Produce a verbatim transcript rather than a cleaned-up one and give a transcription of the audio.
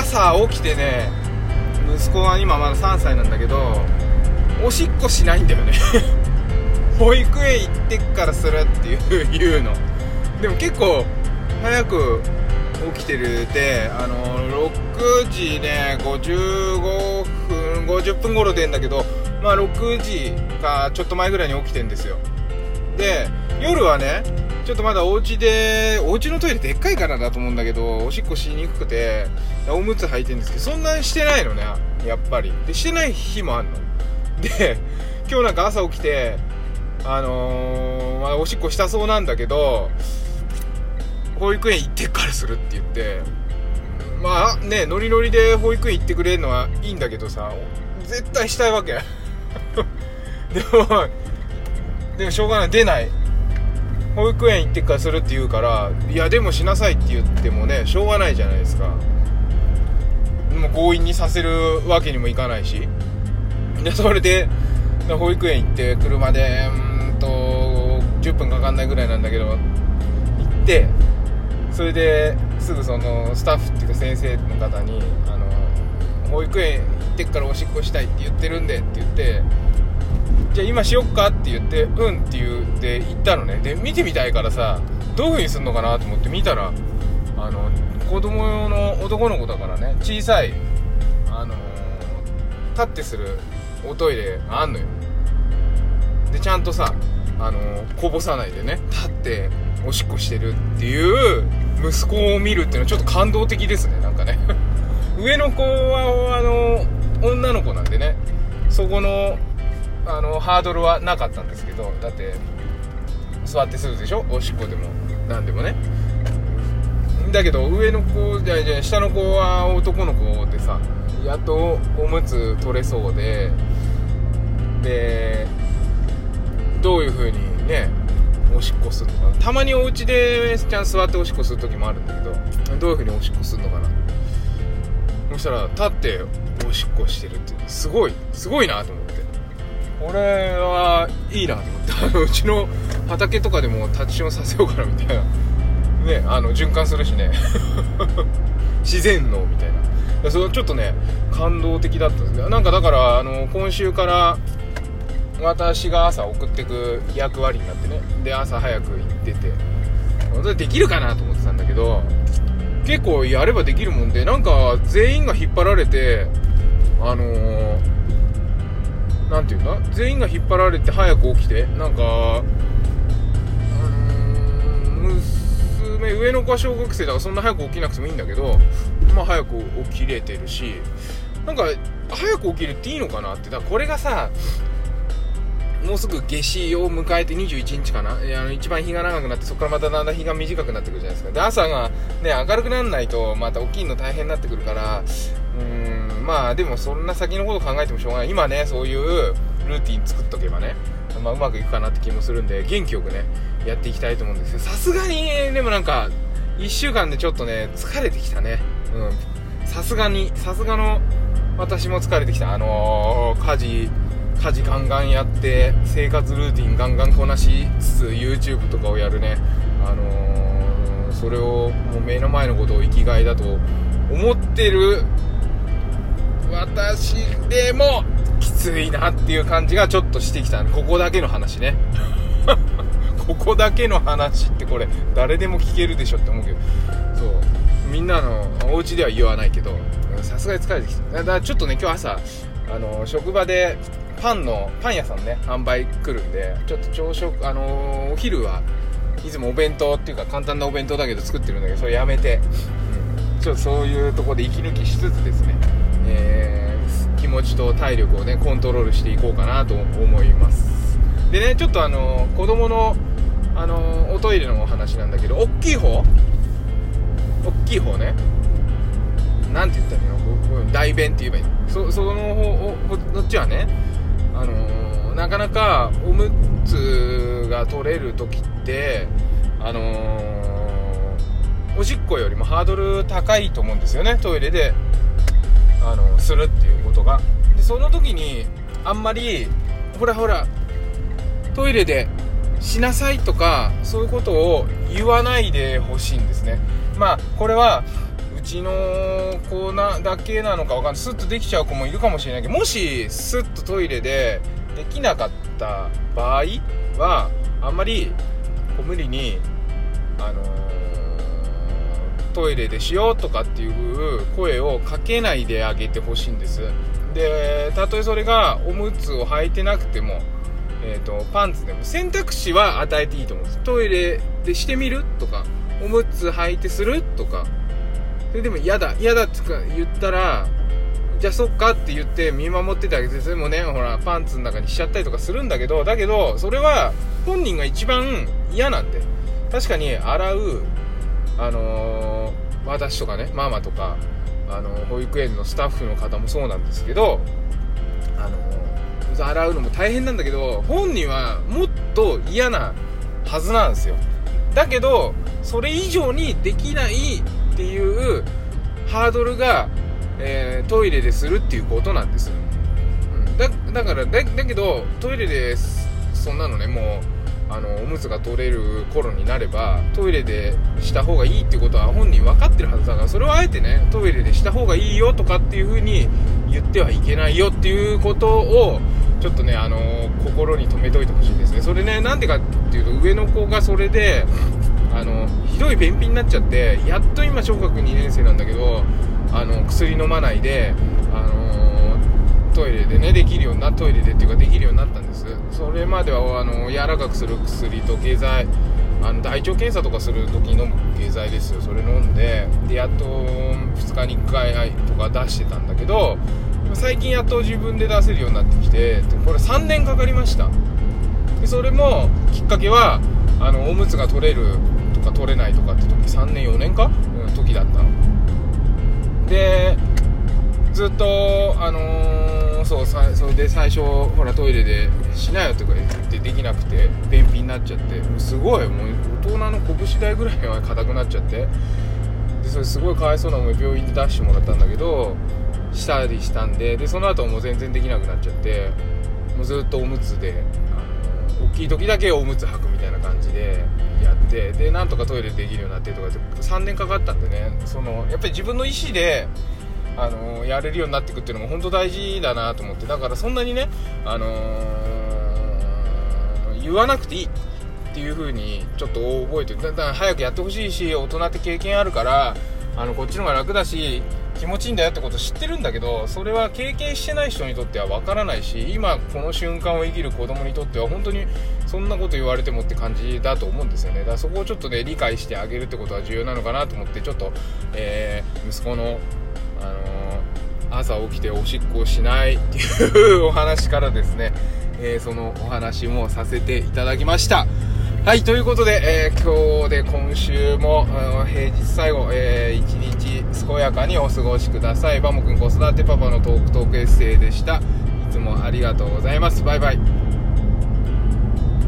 朝起きてね、息子は今まださんさいなんだけど、おしっこしないんだよね保育園行ってからするっていう言うの。でも結構早く起きてるって、あのろくじねごじゅうごふんごじゅっぷん頃出んだけど、まあろくじかちょっと前ぐらいに起きてんですよ。で夜はねちょっとまだお家で、お家のトイレでっかいからだと思うんだけど、おしっこしにくくておむつ履いてるんですけど、そんなにしてないのね、やっぱり。でしてない日もあるので、今日なんか朝起きてあのーまあ、おしっこしたそうなんだけど、保育園行ってからするって言って、まあね、ノリノリで保育園行ってくれるのはいいんだけどさ、絶対したいわけでもでもしょうがない、出ない、保育園行ってからするって言うから、いやでもしなさいって言ってもねしょうがないじゃないですか。もう強引にさせるわけにもいかないし、でそれで保育園行って車でうーんとじゅっぷんかかんないぐらいなんだけど行って、それですぐそのスタッフっていうか先生の方に、あの保育園行ってからおしっこしたいって言ってるんでって言って、じゃあ今しよっかって言って、うんって言って行ったのね。で見てみたいからさ、どういう風にするのかなと思って見たら、あの子供用の男の子だからね、小さいあの立ってするおトイレがあんのよ。でちゃんとさ、あのこぼさないでね立っておしっこしてるっていう息子を見るっていうのはちょっと感動的ですね、なんかね上の子はあの女の子なんでね、そこのあのハードルはなかったんですけど、だって座ってするでしょ、おしっこでもなんでもね。だけど上の子じゃじゃ下の子は男の子でさ、やっとおむつ取れそうで、でどういう風にねおしっこするのかな。たまにお家でちゃん座っておしっこする時もあるんだけど、どういう風におしっこするのかな。そしたら立っておしっこしてるって、すごいすごいなと思って、これはいいなと思って、あのうちの畑とかでも立ちションさせようかなみたいなね、あの循環するしね自然のみたいな、そのちょっとね感動的だったんですけど、なんかだからあの今週から私が朝送ってく役割になってね、で朝早く行ってて、できるかなと思ってたんだけど、結構やればできるもんで、なんか全員が引っ張られて、あのー、なんていうんだ、全員が引っ張られて早く起きて、なんか、あのー、娘上の子は小学生だからそんな早く起きなくてもいいんだけど、まあ早く起きれてるし、なんか早く起きるっていいのかなって。だからこれがさ、もうすぐ夏至を迎えてにじゅういちにちかな、あの一番日が長くなって、そこからまただんだん日が短くなってくるじゃないですか。で朝がね明るくならないとまた起きるの大変になってくるから、うーんまあでもそんな先のこと考えてもしょうがない。今ねそういうルーティン作っとけばね、まあ、うまくいくかなって気もするんで、元気よくねやっていきたいと思うんですけど、さすがにでもなんかいっしゅうかんでちょっとね疲れてきたね。うんさすがにさすがの私も疲れてきた。あのー、家事家事ガンガンやって生活ルーティンガンガンこなしつつ YouTube とかをやるね、あのー、それをもう目の前のことを生きがいだと思ってる私でもきついなっていう感じがちょっとしてきた。ここだけの話ねここだけの話ってこれ誰でも聞けるでしょって思うけど、そうみんなのお家では言わないけど、さすがに疲れてきた。だからちょっとね今日朝あの職場でパンのパン屋さんね販売来るんで、ちょっと朝食あのー、お昼はいつもお弁当っていうか簡単なお弁当だけど作ってるんだけど、それやめて、うん、ちょっとそういうところで息抜きしつつですね、えー、気持ちと体力をねコントロールしていこうかなと思います。でねちょっとあのー、子供のあのー、おトイレのお話なんだけど、大きい方大きい方ね、なんて言ったらいいの、大便って言えばいいの、そ, その方こっちはね、あのー、なかなかおむつが取れる時って、あのー、おしっこよりもハードル高いと思うんですよね、トイレで、あのー、するっていうことが。でその時にあんまりほらほらトイレでしなさいとかそういうことを言わないでほしいんですね。まあこれはうちの子なだけなのかわかんない、スッとできちゃう子もいるかもしれないけど、もしスッとトイレでできなかった場合はあんまりこう無理に、あのー、トイレでしようとかっていう声をかけないであげてほしいんです。で、たとえそれがおむつを履いてなくても、えーと、パンツでも選択肢は与えていいと思うんです。トイレでしてみるとか、おむつ履いてするとか、それでも嫌だ嫌だって言ったら、じゃあそっかって言って見守っててあげて、それもね、ほらパンツの中にしちゃったりとかするんだけど、だけどそれは本人が一番嫌なんで、確かに洗う、あのー、私とかね、ママとか、あのー、保育園のスタッフの方もそうなんですけど、あのー洗うのも大変なんだけど、本人はもっと嫌なはずなんですよ。だけどそれ以上にできないっていうハードルが、えー、トイレでするっていうことなんです。だ, だから だ, だけどトイレでそんなのね、もうあのおむつが取れる頃になればトイレでした方がいいっていうことは本人分かってるはずだから、それをあえてね、トイレでした方がいいよとかっていう風に言ってはいけないよっていうことをちょっとね、あのー、心に留めておいてほしいですね。それね、なんでかっていうと、上の子がそれであのひどい便秘になっちゃって、やっと今小学にねん生なんだけど、あの薬飲まないで、あのー、トイレでねできるようなトイレでっていうかできるようになったんです。それまではあの柔らかくする薬と下剤、あの大腸検査とかする時に飲む下剤ですよ。それ飲んで、でやっとふつかにいっかいとか出してたんだけど、最近やっと自分で出せるようになってきて、これさんねんかかりました。でそれもきっかけはあのおむつが取れるとか取れないとかって時、さんねんよねんか、うん、時だったので、ずっとあのー、そうさそれで最初ほらトイレでしなよとか言ってできなくて便秘になっちゃって、すごいもう大人の拳台ぐらいは硬くなっちゃって、でそれすごいかわいそうな思い病院で出してもらったんだけど、したりしたんで、でその後はもう全然できなくなっちゃって、もうずっとおむつで、あの大きい時だけおむつ履くみたいな感じでやって、でなんとかトイレできるようになってとかってさんねんかかったんでね、そのやっぱり自分の意思であのやれるようになっていくっていうのも本当大事だなと思って、だからそんなにね、あのー、言わなくていいっていう風にちょっと覚えてる。だから早くやってほしいし、大人って経験あるからあのこっちの方が楽だし気持ちいいんだよってこと知ってるんだけど、それは経験してない人にとっては分からないし、今この瞬間を生きる子供にとっては本当にそんなこと言われてもって感じだと思うんですよね。だからそこをちょっとね理解してあげるってことは重要なのかなと思って、ちょっと、えー、息子の、あのー、朝起きておしっこをしないっていうお話からですね、えー、そのお話もさせていただきました。はい、ということで、えー、今日で今週も平日最後、えー、一日健やかにお過ごしください。バモくん子育てパパのトークトークエッセイでした。いつもありがとうございます。バイバイ。